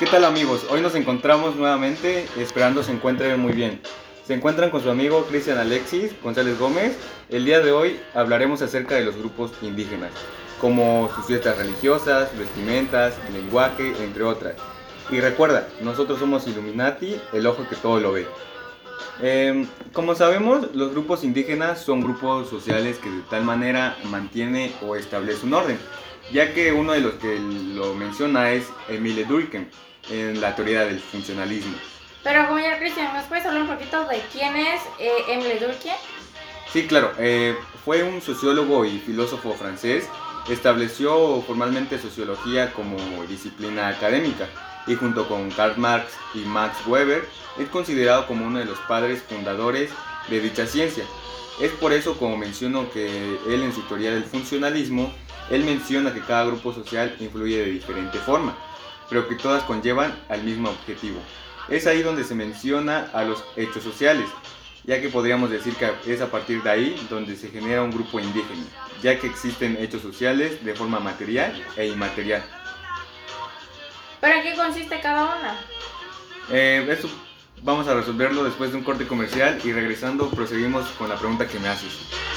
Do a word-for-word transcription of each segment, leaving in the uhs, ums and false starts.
¿Qué tal amigos? Hoy nos encontramos nuevamente, esperando se encuentren muy bien. Se encuentran con su amigo Cristian Alexis González Gómez. El día de hoy hablaremos acerca de los grupos indígenas, como sus fiestas religiosas, vestimentas, lenguaje, entre otras. Y recuerda, nosotros somos Illuminati, el ojo que todo lo ve. Eh, como sabemos, los grupos indígenas son grupos sociales que de tal manera mantiene o establece un orden, ya que uno de los que lo menciona es Emile Durkheim en la teoría del funcionalismo. Pero como ya Cristian, ¿nos puedes hablar un poquito de quién es eh, Emile Durkheim? Sí, claro, eh, fue un sociólogo y filósofo francés. Estableció formalmente sociología como disciplina académica y junto con Karl Marx y Max Weber es considerado como uno de los padres fundadores de dicha ciencia. Es por eso, como menciono, que él en su teoría del funcionalismo, él menciona que cada grupo social influye de diferente forma, pero que todas conllevan al mismo objetivo. Es ahí donde se menciona a los hechos sociales, ya que podríamos decir que es a partir de ahí donde se genera un grupo indígena, ya que existen hechos sociales de forma material e inmaterial. ¿Pero en qué consiste cada una? Eh, eso vamos a resolverlo después de un corte comercial y regresando proseguimos con la pregunta que me haces.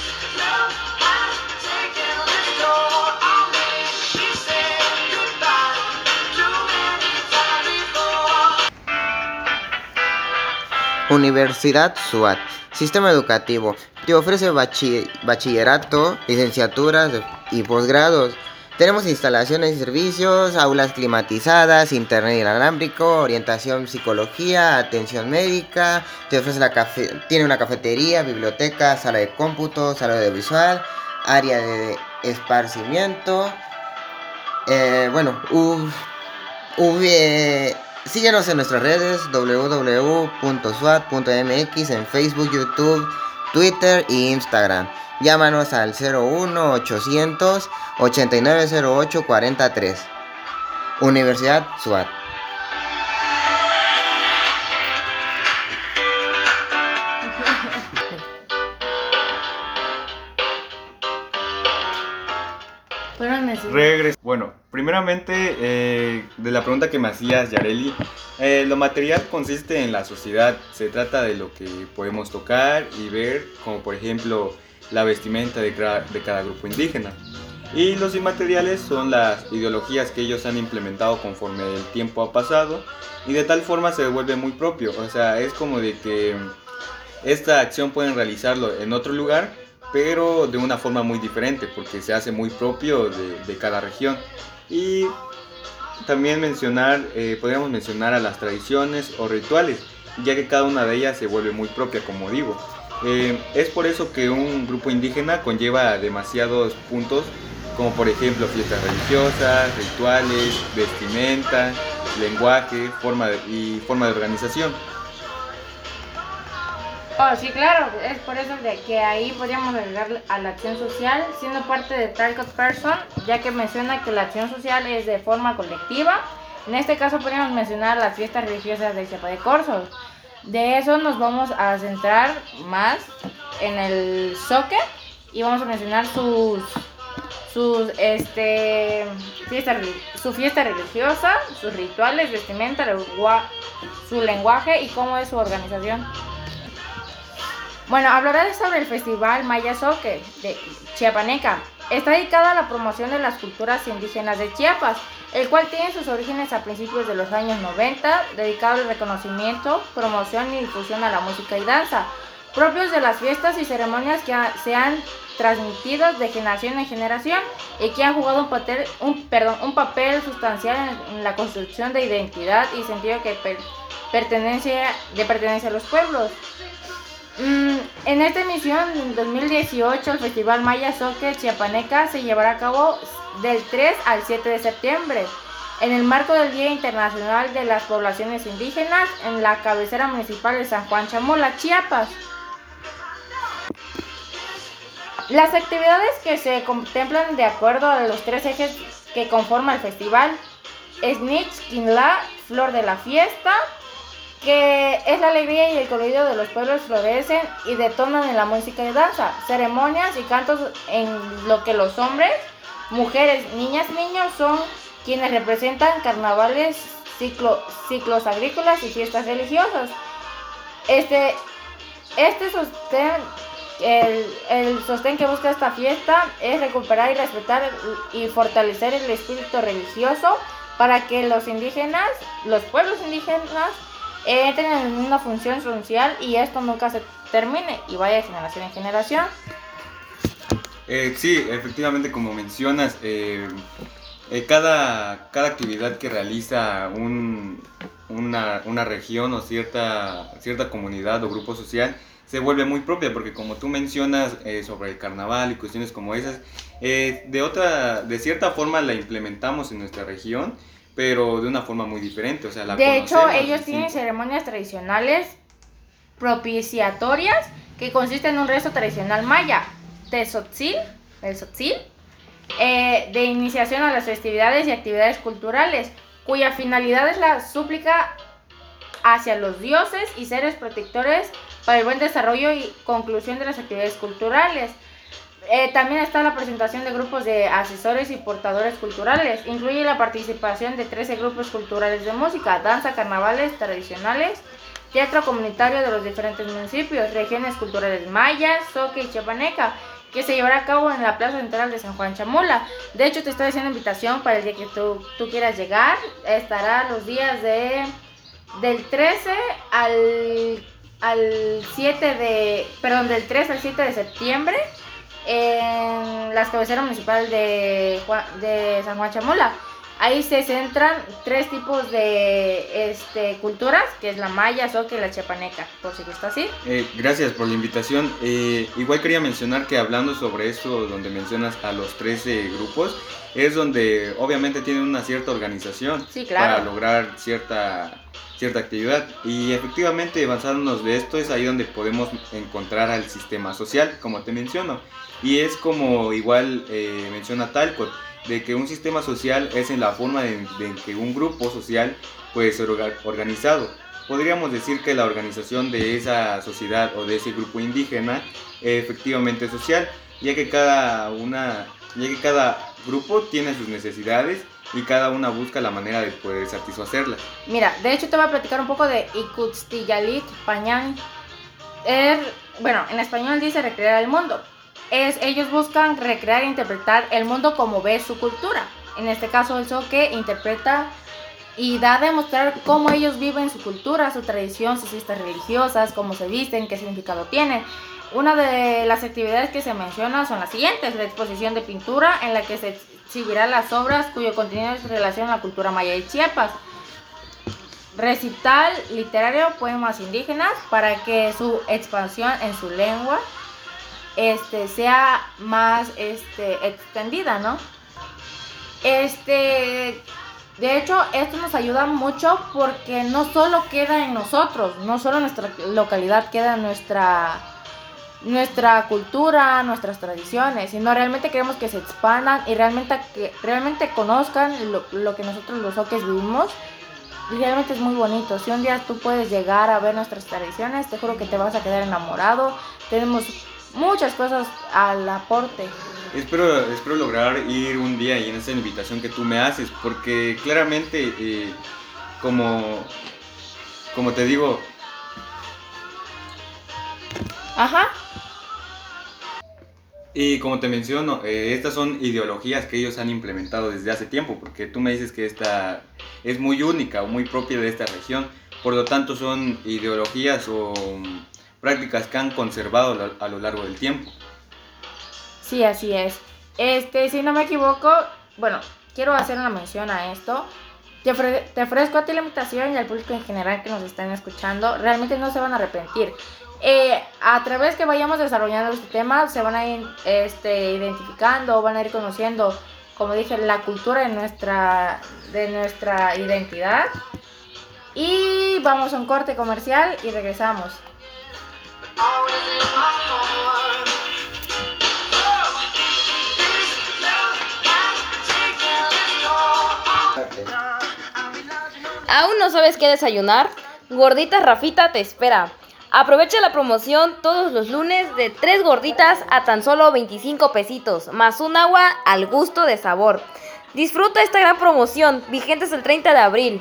Universidad SUAT, Sistema Educativo, te ofrece bachi- bachillerato, licenciaturas y posgrados. Tenemos instalaciones y servicios, aulas climatizadas, internet inalámbrico, orientación psicología, atención médica, te ofrece la cafe- tiene una cafetería, biblioteca, sala de cómputo, sala audiovisual, área de esparcimiento. Eh, bueno, uh, uh, eh, síguenos en nuestras redes w w w punto swat punto m x en Facebook, YouTube, Twitter e Instagram. Llámanos al cero uno ochocientos ochenta y nueve cero ocho cuarenta y tres. Universidad SUAT. Regres. Bueno, primeramente, eh, de la pregunta que me hacías, Yareli, eh, lo material consiste en la sociedad. Se trata de lo que podemos tocar y ver, como por ejemplo la vestimenta de, gra- de cada grupo indígena. Y los inmateriales son las ideologías que ellos han implementado conforme el tiempo ha pasado y de tal forma se vuelve muy propio. O sea, es como de que esta acción pueden realizarlo en otro lugar, pero de una forma muy diferente porque se hace muy propio de, de cada región. Y también mencionar, eh, podríamos mencionar a las tradiciones o rituales, ya que cada una de ellas se vuelve muy propia, como digo. Eh, es por eso que un grupo indígena conlleva demasiados puntos, como por ejemplo fiestas religiosas, rituales, vestimenta, lenguaje, forma de, y forma de organización. Oh, sí, claro, es por eso de que ahí podríamos agregar a la acción social, siendo parte de Target Person, ya que menciona que la acción social es de forma colectiva. En este caso podríamos mencionar las fiestas religiosas de Chiapa de Corzo. De eso nos vamos a centrar más en el soque y vamos a mencionar sus sus este fiestas, su fiesta religiosa, sus rituales, vestimenta, lengua, su lenguaje y cómo es su organización. Bueno, hablaré sobre el Festival Maya Zoque de Chiapaneca. Está dedicado a la promoción de las culturas indígenas de Chiapas, el cual tiene sus orígenes a principios de los años noventa, dedicado al reconocimiento, promoción y difusión a la música y danza, propios de las fiestas y ceremonias que ha, se han transmitido de generación en generación y que han jugado un papel, un, perdón, un papel sustancial en, en la construcción de identidad y sentido que per, pertenencia, de pertenencia a los pueblos. Mm, en esta emisión, en dos mil dieciocho, el Festival Maya Zoque Chiapaneca se llevará a cabo del tres al siete de septiembre, en el marco del Día Internacional de las Poblaciones Indígenas, en la cabecera municipal de San Juan Chamula, Chiapas. Las actividades que se contemplan de acuerdo a los tres ejes que conforman el festival es Nich, Quinlá, Flor de la Fiesta, que es la alegría y el colorido de los pueblos florecen y detonan en la música y danza, ceremonias y cantos en lo que los hombres, mujeres, niñas, niños son quienes representan carnavales ciclo, ciclos agrícolas y fiestas religiosas. Este, este sostén, el, el sostén que busca esta fiesta es recuperar y respetar y fortalecer el espíritu religioso para que los indígenas, los pueblos indígenas, entren en una función social y esto nunca se termine y vaya de generación en generación. Eh, sí, efectivamente, como mencionas, eh, eh, cada, cada actividad que realiza un, una, una región o cierta, cierta comunidad o grupo social se vuelve muy propia, porque como tú mencionas eh, sobre el carnaval y cuestiones como esas, eh, de, otra, de cierta forma la implementamos en nuestra región, pero de una forma muy diferente, o sea, la De hecho, conocemos, ellos sí. tienen ceremonias tradicionales propiciatorias que consisten en un rezo tradicional maya, Tezotzil, el Tzotzil, eh, de iniciación a las festividades y actividades culturales, cuya finalidad es la súplica hacia los dioses y seres protectores para el buen desarrollo y conclusión de las actividades culturales. Eh, también está la presentación de grupos de asesores y portadores culturales. Incluye la participación de trece grupos culturales de música, danza, carnavales tradicionales, teatro comunitario de los diferentes municipios, regiones culturales mayas, zoque y chiapaneca, que se llevará a cabo en la Plaza Central de San Juan Chamula. De hecho, te estoy haciendo invitación para el día que tú, tú quieras llegar. Estará los días de del trece al, al siete de, perdón, del tres al siete de septiembre en las cabeceras municipales de, de San Juan Chamula. Ahí se centran tres tipos de este, culturas, que es la maya, zoque y la chiapaneca, por si gusta así. Eh, gracias por la invitación. Eh, igual quería mencionar que hablando sobre eso, donde mencionas a los trece grupos, es donde obviamente tienen una cierta organización, sí, claro, para lograr cierta, cierta actividad. Y efectivamente, basándonos de esto, es ahí donde podemos encontrar al sistema social, como te menciono. Y es como igual eh, menciona Talcott, de que un sistema social es en la forma de, de que un grupo social puede ser orga, organizado. Podríamos decir que la organización de esa sociedad o de ese grupo indígena es efectivamente social, ya que cada una, ya que cada grupo tiene sus necesidades y cada una busca la manera de poder satisfacerlas. Mira, de hecho te voy a platicar un poco de Ikutztiyalit Pañán. Er, bueno, en español dice recrear el mundo. Es, ellos buscan recrear e interpretar el mundo como ve su cultura. En este caso el zoque interpreta y da a demostrar cómo ellos viven su cultura, su tradición, sus fiestas religiosas, cómo se visten, qué significado tienen. Una de las actividades que se menciona son las siguientes: la exposición de pintura en la que se exhibirán las obras cuyo contenido es relación a la cultura maya y Chiapas. Recital literario, poemas indígenas para que su expansión en su lengua Este, sea más este, extendida, ¿no? Este, de hecho, esto nos ayuda mucho porque no solo queda en nosotros, no solo nuestra localidad queda en nuestra, nuestra cultura, nuestras tradiciones, sino realmente queremos que se expandan y realmente, que, realmente conozcan lo, lo que nosotros los zoques vivimos. Y realmente es muy bonito. Si un día tú puedes llegar a ver nuestras tradiciones, te juro que te vas a quedar enamorado. Tenemos muchas cosas al aporte. Espero, espero lograr ir un día y en esa invitación que tú me haces, porque claramente, eh, como, como te digo... Ajá. Y como te menciono, eh, estas son ideologías que ellos han implementado desde hace tiempo, porque tú me dices que esta es muy única o muy propia de esta región, por lo tanto son ideologías o prácticas que han conservado a lo largo del tiempo. Sí, así es. Este, si no me equivoco, bueno, quiero hacer una mención a esto. Te, ofre- te ofrezco a ti la invitación y al público en general que nos están escuchando, realmente no se van a arrepentir. Eh, a través que vayamos desarrollando este tema, se van a ir este, identificando, van a ir conociendo, como dije, la cultura de nuestra, de nuestra identidad. Y vamos a un corte comercial y regresamos. ¿Aún no sabes qué desayunar? Gorditas Rafita te espera. Aprovecha la promoción todos los lunes de tres gorditas a tan solo veinticinco pesitos, más un agua al gusto de sabor. Disfruta esta gran promoción, vigente hasta el treinta de abril.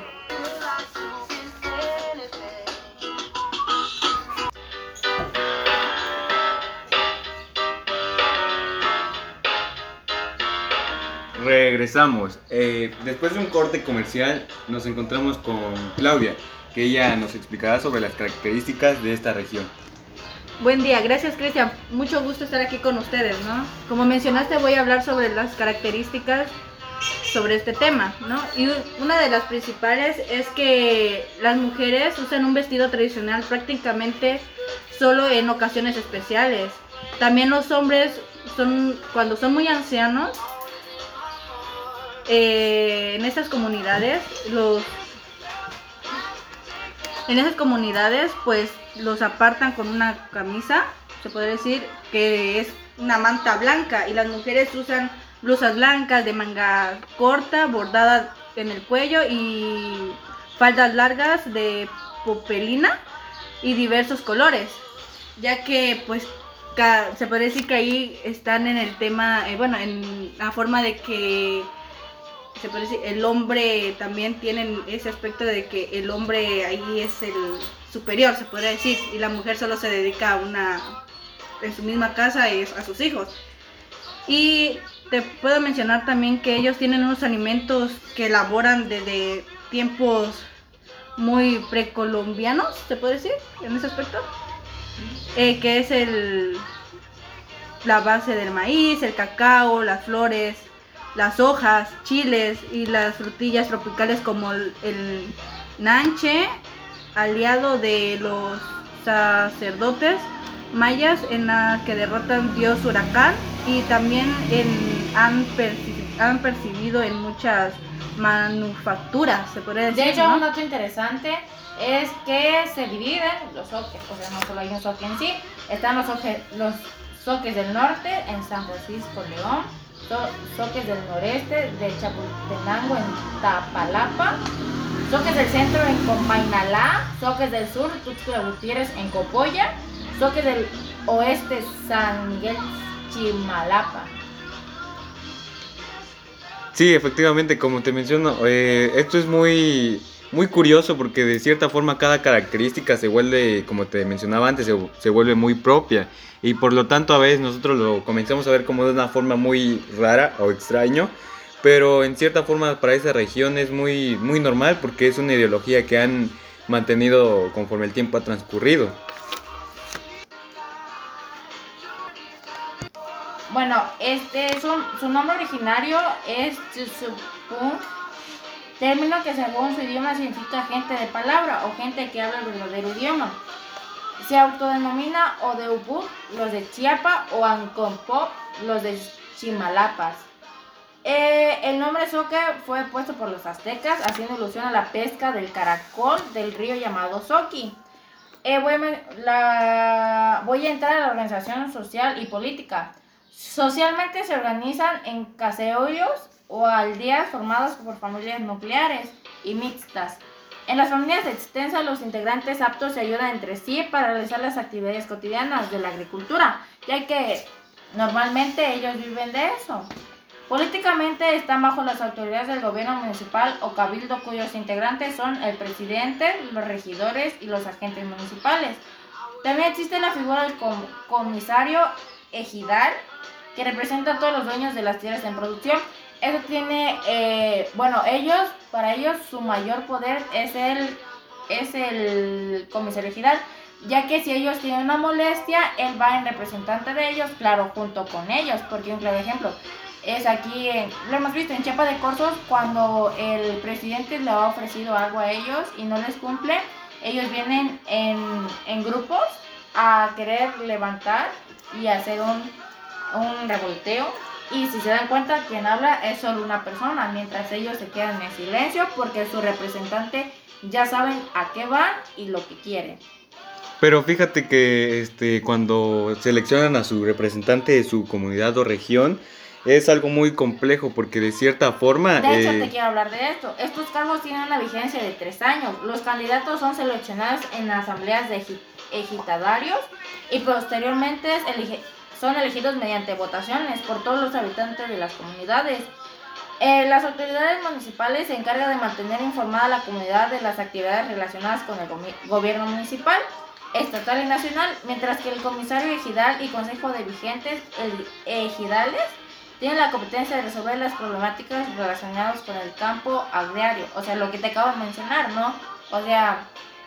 Regresamos. Eh, después de un corte comercial nos encontramos con Claudia, que ella nos explicará sobre las características de esta región. Buen día, gracias Cristian, mucho gusto estar aquí con ustedes, ¿no? Como mencionaste, voy a hablar sobre las características sobre este tema, ¿no? Y una de las principales es que las mujeres usan un vestido tradicional prácticamente solo en ocasiones especiales. También los hombres, son cuando son muy ancianos, eh, en estas comunidades, los en esas comunidades, pues los apartan con una camisa, se podría decir que es una manta blanca, y las mujeres usan blusas blancas de manga corta, bordadas en el cuello, y faldas largas de popelina y diversos colores, ya que pues se podría decir que ahí están en el tema, eh, bueno, en la forma de que se puede decir, el hombre también tiene ese aspecto de que el hombre ahí es el superior, se podría decir, y la mujer solo se dedica a una, en su misma casa, es a sus hijos. Y te puedo mencionar también que ellos tienen unos alimentos que elaboran desde tiempos muy precolombianos, se puede decir, en ese aspecto, eh, que es el la base del maíz, el cacao, las flores, las hojas, chiles y las frutillas tropicales como el, el nanche, aliado de los sacerdotes mayas en la que derrotan dios huracán, y también en, han, perci han percibido en muchas manufacturas, se podría decir. De hecho, ¿no? un dato interesante es que se dividen los soques, o sea, no solo hay un soque en sí, están los, soque, los soques del norte en San Francisco León, so, soques del noreste de Chapultenango en Tapalapa, soques del centro en Copainalá, soques del sur Tuxtla Gutiérrez en Copolla, soques del oeste San Miguel Chimalapa. Sí, efectivamente, como te menciono, eh, esto es muy, muy curioso porque de cierta forma cada característica se vuelve, como te mencionaba antes, se, se vuelve muy propia, y por lo tanto a veces nosotros lo comenzamos a ver como de una forma muy rara o extraño, pero en cierta forma para esa región es muy, muy normal porque es una ideología que han mantenido conforme el tiempo ha transcurrido. Bueno, este su, su nombre originario es Tsusupung, término que según su idioma significa gente de palabra o gente que habla el verdadero idioma. Se autodenomina Odeupuk los de Chiapa o Ancompop los de Chimalapas. Eh, el nombre soque fue puesto por los aztecas haciendo alusión a la pesca del caracol del río llamado Soqui. Eh, voy, a, la, voy a entrar a la organización social y política. Socialmente se organizan en caseríos o aldeas formadas por familias nucleares y mixtas. En las familias extensas, los integrantes aptos se ayudan entre sí para realizar las actividades cotidianas de la agricultura, ya que normalmente ellos viven de eso. Políticamente están bajo las autoridades del gobierno municipal o cabildo, cuyos integrantes son el presidente, los regidores y los agentes municipales. También existe la figura del com comisario ejidal, que representa a todos los dueños de las tierras en producción. Eso tiene, eh, bueno, ellos, para ellos su mayor poder es el, es el comisario ejidal, ya que si ellos tienen una molestia, él va en representante de ellos, claro, junto con ellos, porque un claro ejemplo es aquí, en, lo hemos visto en Chiapa de Corsos, cuando el presidente le ha ofrecido algo a ellos y no les cumple, ellos vienen en, en grupos a querer levantar y hacer un, un revolteo, y si se dan cuenta, quien habla es solo una persona, mientras ellos se quedan en silencio porque su representante ya saben a qué van y lo que quieren. Pero fíjate que este, cuando seleccionan a su representante de su comunidad o región, es algo muy complejo porque de cierta forma... De hecho, eh... te quiero hablar de esto. Estos cargos tienen una vigencia de tres años. Los candidatos son seleccionados en asambleas de ejidatarios y posteriormente elige son elegidos mediante votaciones por todos los habitantes de las comunidades. Eh, las autoridades municipales se encargan de mantener informada a la comunidad de las actividades relacionadas con el gomi- gobierno municipal, estatal y nacional, mientras que el comisario ejidal y consejo de vigentes el- ejidales tienen la competencia de resolver las problemáticas relacionadas con el campo agrario, o sea, lo que te acabo de mencionar, ¿no? O sea,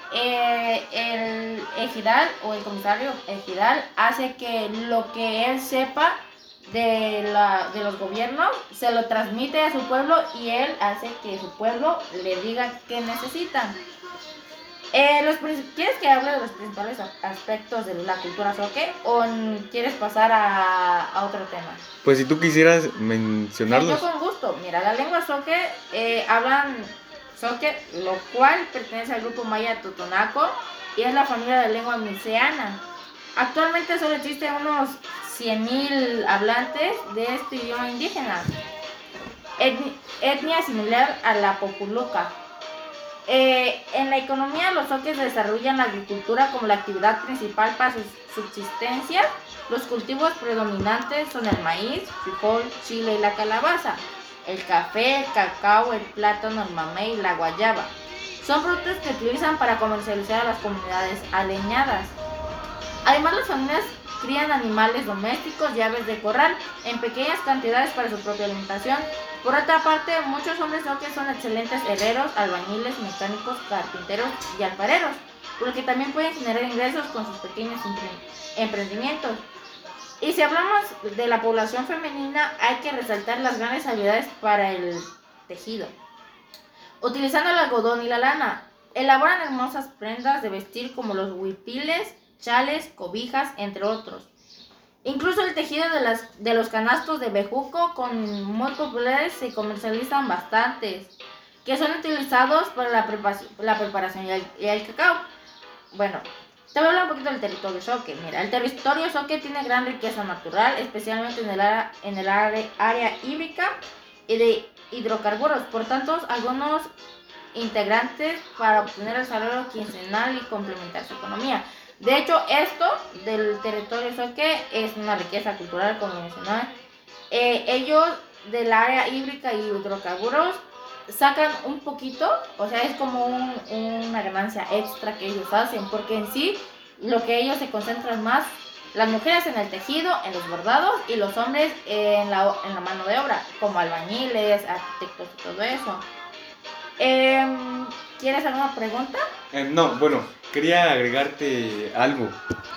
eh, el ejidal o el comisario ejidal hace que lo que él sepa de, la, de los gobiernos se lo transmite a su pueblo y él hace que su pueblo le diga qué necesitan. Eh, los, princip- ¿Quieres que hable de los principales a- aspectos de la cultura zoque o n- quieres pasar a, a otro tema? Pues si tú quisieras Yo mencionarlos. con gusto. Mira, la lengua zoque eh, hablan zoque, lo cual pertenece al grupo maya totonaco y es la familia de lengua miseana. Actualmente solo existen unos cien mil hablantes de este idioma indígena, etni- etnia similar a la populuca. Eh, en la economía, los zoques desarrollan la agricultura como la actividad principal para su subsistencia. Los cultivos predominantes son el maíz, frijol, chile y la calabaza, el café, el cacao, el plátano, el mamey y la guayaba. Son productos que utilizan para comercializar a las comunidades aleñadas. Además, las familias crían animales domésticos y aves de corral en pequeñas cantidades para su propia alimentación. Por otra parte, muchos hombres zoques son excelentes herreros, albañiles, mecánicos, carpinteros y alfareros, por lo que también pueden generar ingresos con sus pequeños empre- emprendimientos. Y si hablamos de la población femenina, hay que resaltar las grandes habilidades para el tejido. Utilizando el algodón y la lana, elaboran hermosas prendas de vestir como los huipiles, chales, cobijas, entre otros. Incluso el tejido de, las, de los canastos de bejuco, con muy populares, se comercializan bastantes, que son utilizados para la preparación, la preparación y, el, y el cacao. Bueno, te voy a hablar un poquito del territorio zoque. Mira, el territorio zoque tiene gran riqueza natural, especialmente en el área, en el área, área hídrica y de hidrocarburos. Por tanto, algunos integrantes para obtener el salario quincenal y complementar su economía. De hecho, esto del territorio zoque es una riqueza cultural, como mencioné. Eh, ellos del área hídrica y hidrocarburos sacan un poquito, o sea, es como un, una ganancia extra que ellos hacen, porque en sí lo que ellos se concentran más, las mujeres en el tejido, en los bordados y los hombres en la, en la mano de obra, como albañiles, arquitectos y todo eso. Eh, ¿Quieres alguna pregunta? Eh, no, bueno, quería agregarte algo.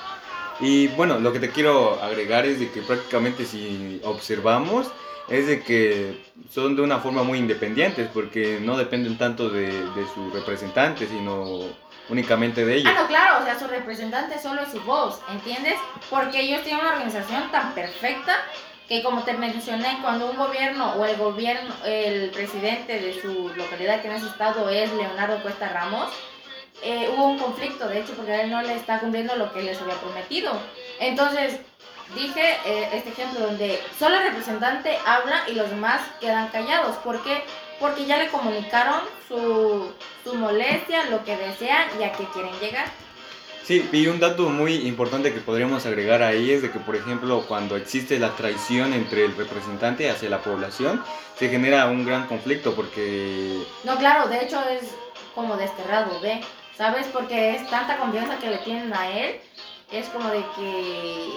Y bueno, lo que te quiero agregar es de que prácticamente si observamos es de que son de una forma muy independientes porque no dependen tanto de, de su representante, sino únicamente de ellos. Ah, no, claro, o sea, su representante solo es su voz, ¿entiendes? Porque ellos tienen una organización tan perfecta que, como te mencioné, cuando un gobierno o el gobierno, el presidente de su localidad, que en ese estado es Leonardo Cuesta Ramos, eh, hubo un conflicto, de hecho, porque él no le está cumpliendo lo que les había prometido. Entonces, dije eh, este ejemplo donde solo el representante habla y los demás quedan callados. ¿Por qué? Porque ya le comunicaron su, su molestia, lo que desean y a qué quieren llegar. Sí, y un dato muy importante que podríamos agregar ahí es de que, por ejemplo, cuando existe la traición entre el representante hacia la población, se genera un gran conflicto porque... No, claro, de hecho es como desterrado, ¿ve? ¿Sabes? Porque es tanta confianza que le tienen a él, es como de que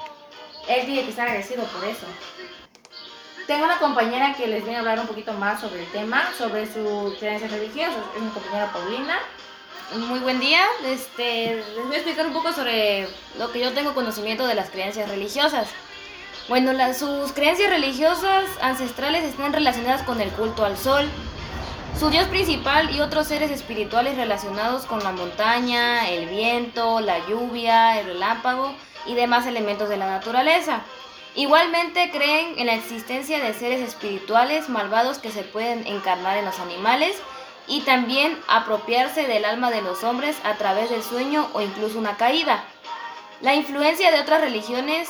él tiene que estar agradecido por eso. Tengo una compañera que les viene a hablar un poquito más sobre el tema, sobre sus creencias religiosas. Es mi compañera Paulina. Muy buen día. Este, les voy a explicar un poco sobre lo que yo tengo conocimiento de las creencias religiosas. Bueno, las, sus creencias religiosas ancestrales están relacionadas con el culto al sol, su dios principal y otros seres espirituales relacionados con la montaña, el viento, la lluvia, el relámpago y demás elementos de la naturaleza. Igualmente creen en la existencia de seres espirituales malvados que se pueden encarnar en los animales y también apropiarse del alma de los hombres a través del sueño o incluso una caída. La influencia de otras religiones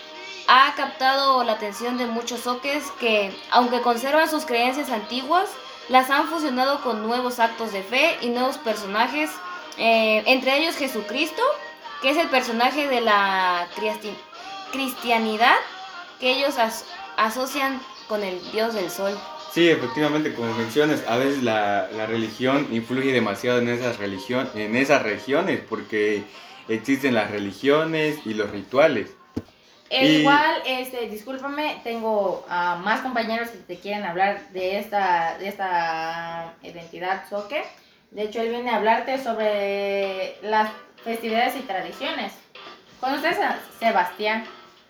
ha captado la atención de muchos zoques que, aunque conservan sus creencias antiguas, las han fusionado con nuevos actos de fe y nuevos personajes, eh, entre ellos Jesucristo, que es el personaje de la cristi- cristianidad que ellos as- asocian con el dios del sol. Sí, efectivamente, como mencionas, a veces la, la religión influye demasiado en esas, religión, en esas regiones porque existen las religiones y los rituales. Eh, Y- Igual, este, discúlpame, tengo ah, más compañeros que te quieren hablar de esta, de esta identidad Zoque. De hecho, él viene a hablarte sobre las festividades y tradiciones. ¿Conoces a Sebastián?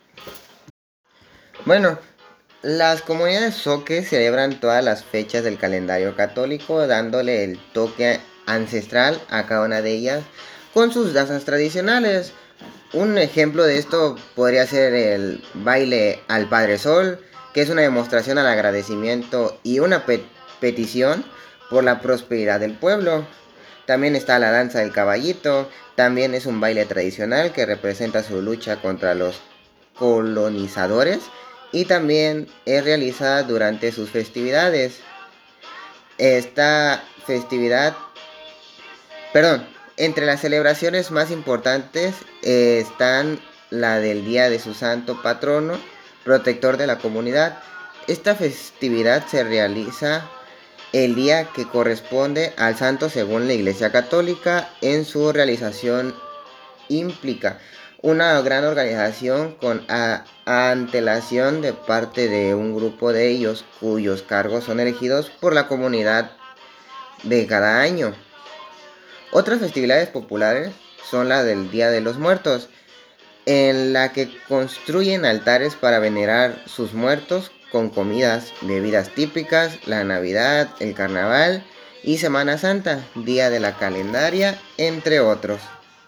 Bueno, las comunidades Zoque celebran todas las fechas del calendario católico, dándole el toque ancestral a cada una de ellas con sus danzas tradicionales. Un ejemplo de esto podría ser el baile al Padre Sol, que es una demostración al agradecimiento y una pe- petición por la prosperidad del pueblo. También está la danza del caballito, también es un baile tradicional que representa su lucha contra los colonizadores y también es realizada durante sus festividades. Esta festividad, perdón, entre las celebraciones más importantes eh, están la del día de su santo patrono, protector de la comunidad. Esta festividad se realiza el día que corresponde al santo según la Iglesia Católica. En su realización implica una gran organización con a- antelación de parte de un grupo de ellos cuyos cargos son elegidos por la comunidad de cada año. Otras festividades populares son la del Día de los Muertos, en la que construyen altares para venerar sus muertos con comidas, bebidas típicas, la Navidad, el Carnaval y Semana Santa, Día de la Calendaria, entre otros.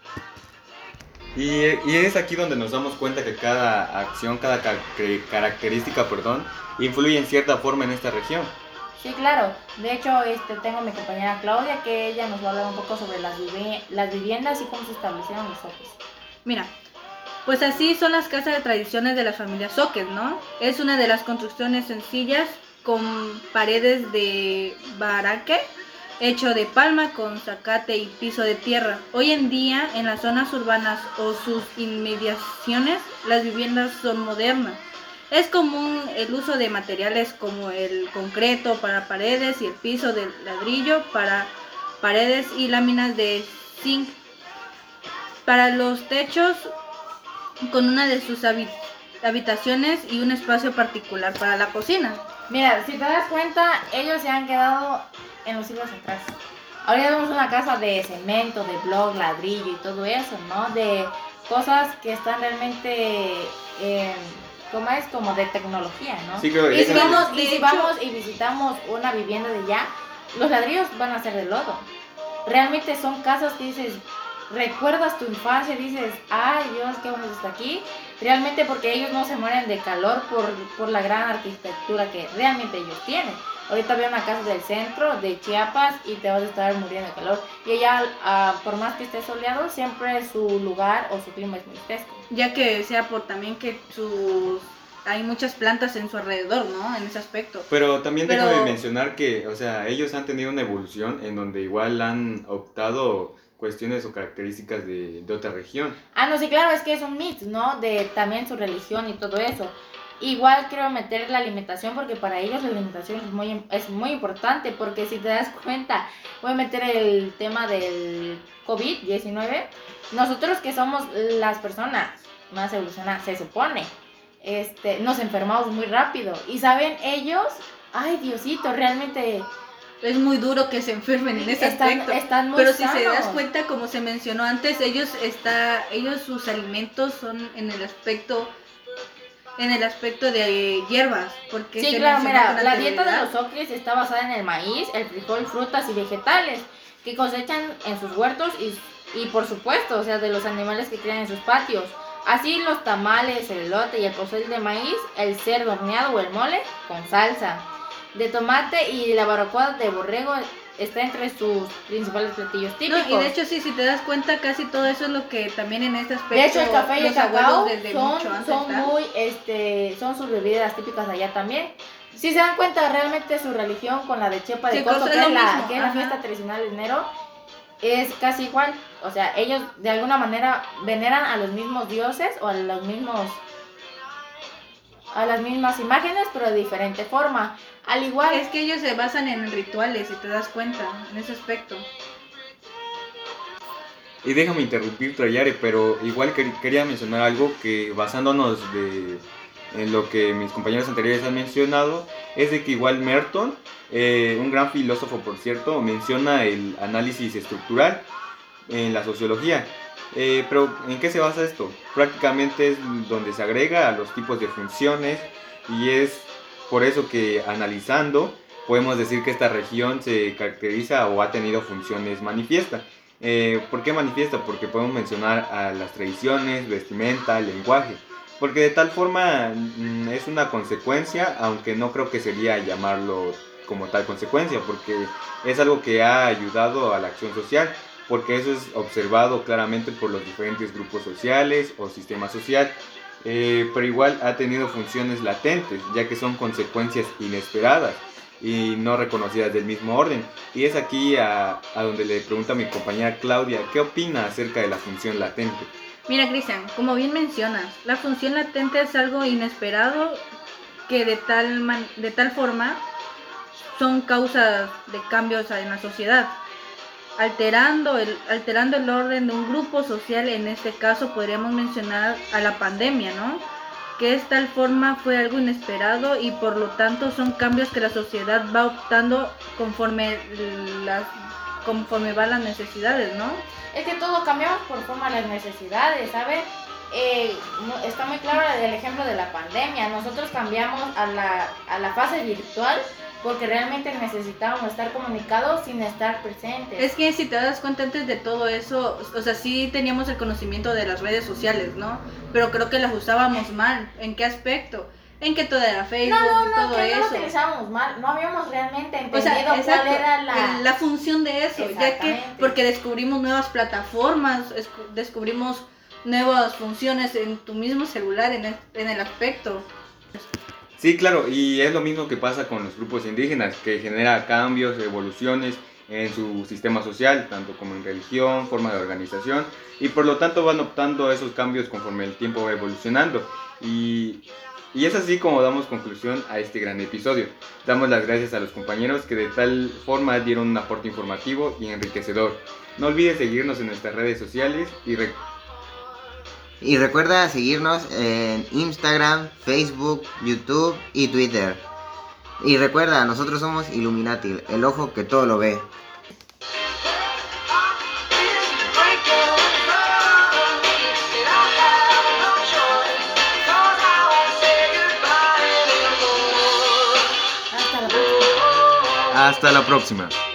Y, y es aquí donde nos damos cuenta que cada acción, cada ca- que- característica, perdón, influye en cierta forma en esta región. Sí, claro. De hecho, este, tengo a mi compañera Claudia, que ella nos va a hablar un poco sobre las, vivi- las viviendas y cómo se establecieron los Zoques. Mira, pues así son las casas de tradiciones de las familias Zoques, ¿no? Es una de las construcciones sencillas con paredes de baraque, hecho de palma con zacate y piso de tierra. Hoy en día, en las zonas urbanas o sus inmediaciones, las viviendas son modernas. Es común el uso de materiales como el concreto para paredes y el piso de ladrillo para paredes y láminas de zinc para los techos, con una de sus habi- habitaciones y un espacio particular para la cocina. Mira, si te das cuenta, ellos se han quedado en los siglos atrás. Ahora vemos una casa de cemento, de bloc, ladrillo y todo eso, ¿no? De cosas que están realmente, eh, ¿cómo es? Como de tecnología, ¿no? Sí, creo y que si es- vamos, de y si hecho- vamos y visitamos una vivienda de allá, los ladrillos van a ser de lodo. Realmente son casas que dices, recuerdas tu infancia, dices, ay Dios, qué bonito está aquí. Realmente porque ellos no se mueren de calor por, por la gran arquitectura que realmente ellos tienen. Ahorita veo una casa del centro de Chiapas y te vas a estar muriendo de calor. Y allá, ah, por más que esté soleado, siempre su lugar o su clima es muy fresco. Ya que sea por también que sus hay muchas plantas en su alrededor, ¿no? En ese aspecto. Pero también Pero- déjame mencionar que, o sea, ellos han tenido una evolución en donde igual han optado cuestiones o características de, de otra región. Ah, no, sí, claro, es que es un mix, ¿no? De también su religión y todo eso. Igual creo meter la alimentación porque para ellos la alimentación es muy, es muy importante porque si te das cuenta, voy a meter el tema del COVID diecinueve. Nosotros que somos las personas más evolucionadas, se supone, este, nos enfermamos muy rápido. Y saben ellos, ay Diosito, realmente Es muy duro que se enfermen en ese están, aspecto. están muy Pero si se sanos. das cuenta, como se mencionó antes, ellos está, ellos sus alimentos son en el aspecto, en el aspecto de hierbas, porque Sí, se claro, mencionó mira, con la dieta de anterioridad. los Zoques está basada en el maíz, el frijol, frutas y vegetales que cosechan en sus huertos y, y por supuesto, o sea, de los animales que crían en sus patios. Así los tamales, el elote y el pozol de maíz, el cerdo horneado o el mole con salsa de tomate y la barbacoa de borrego está entre sus principales platillos No, típicos. y de hecho sí, si te das cuenta, casi todo eso es lo que también en este aspecto De hecho, el café y el los cacao abuelos desde son, mucho antes son ¿verdad? muy, este, son sus bebidas típicas allá también. Si se dan cuenta, realmente su religión con la de Chepa de Sí, Coto, cosa- que es es, lo la, mismo, que es la ajá. fiesta tradicional de enero, es casi igual. O sea, ellos de alguna manera veneran a los mismos dioses o a los mismos... a las mismas imágenes, pero de diferente forma. Al igual Es que ellos se basan en rituales, si te das cuenta, en ese aspecto. Y déjame interrumpir, Trayare, pero igual quer- quería mencionar algo que basándonos de, en lo que mis compañeros anteriores han mencionado, es de que igual Merton, eh, un gran filósofo por cierto, menciona el análisis estructural en la sociología. Eh, pero ¿en qué se basa esto? Prácticamente es donde se agrega a los tipos de funciones y es por eso que analizando podemos decir que esta región se caracteriza o ha tenido funciones manifiestas. Eh, ¿Por qué manifiesta? Porque podemos mencionar a las tradiciones, vestimenta, lenguaje. Porque de tal forma mm, es una consecuencia, aunque no creo que sería llamarlo como tal consecuencia, porque es algo que ha ayudado a la acción social, porque eso es observado claramente por los diferentes grupos sociales o sistema social. Eh, pero igual ha tenido funciones latentes, ya que son consecuencias inesperadas y no reconocidas del mismo orden. Y es aquí a, a donde le pregunto a mi compañera Claudia, ¿qué opina acerca de la función latente? Mira, Cristian, como bien mencionas, la función latente es algo inesperado que de tal, man- de tal forma son causas de cambios en la sociedad, alterando el, alterando el orden de un grupo social. En este caso podríamos mencionar a la pandemia, ¿no? Que es tal forma fue algo inesperado y por lo tanto son cambios que la sociedad va optando conforme las conforme van las necesidades, ¿no? es que todos cambiamos por forma de las necesidades, ¿sabes? Eh, no- está muy claro el ejemplo de la pandemia. Nosotros cambiamos a la, a la fase virtual porque realmente necesitábamos estar comunicados sin estar presentes. Es que si te das cuenta antes de todo eso, o sea, sí teníamos el conocimiento de las redes sociales, ¿no? Pero creo que las usábamos mal. ¿En qué aspecto? En que todo era Facebook No, y no, todo no, que no lo eso. utilizábamos mal, no habíamos realmente O entendido sea, exacto, cuál era la... el- la función de eso, ya que Exactamente. porque descubrimos nuevas plataformas, escu- descubrimos nuevas funciones en tu mismo celular en el, en el aspecto. Sí, claro, y es lo mismo que pasa con los grupos indígenas, que genera cambios, evoluciones en su sistema social, tanto como en religión, forma de organización, y por lo tanto van optando esos cambios conforme el tiempo va evolucionando. Y, y es así como damos conclusión a este gran episodio. Damos las gracias a los compañeros que de tal forma dieron un aporte informativo y enriquecedor. No olvides seguirnos en nuestras redes sociales y re- Y recuerda seguirnos en Instagram, Facebook, YouTube y Twitter. Y recuerda, nosotros somos Illuminati, el ojo que todo lo ve. Hasta la próxima. Hasta la próxima.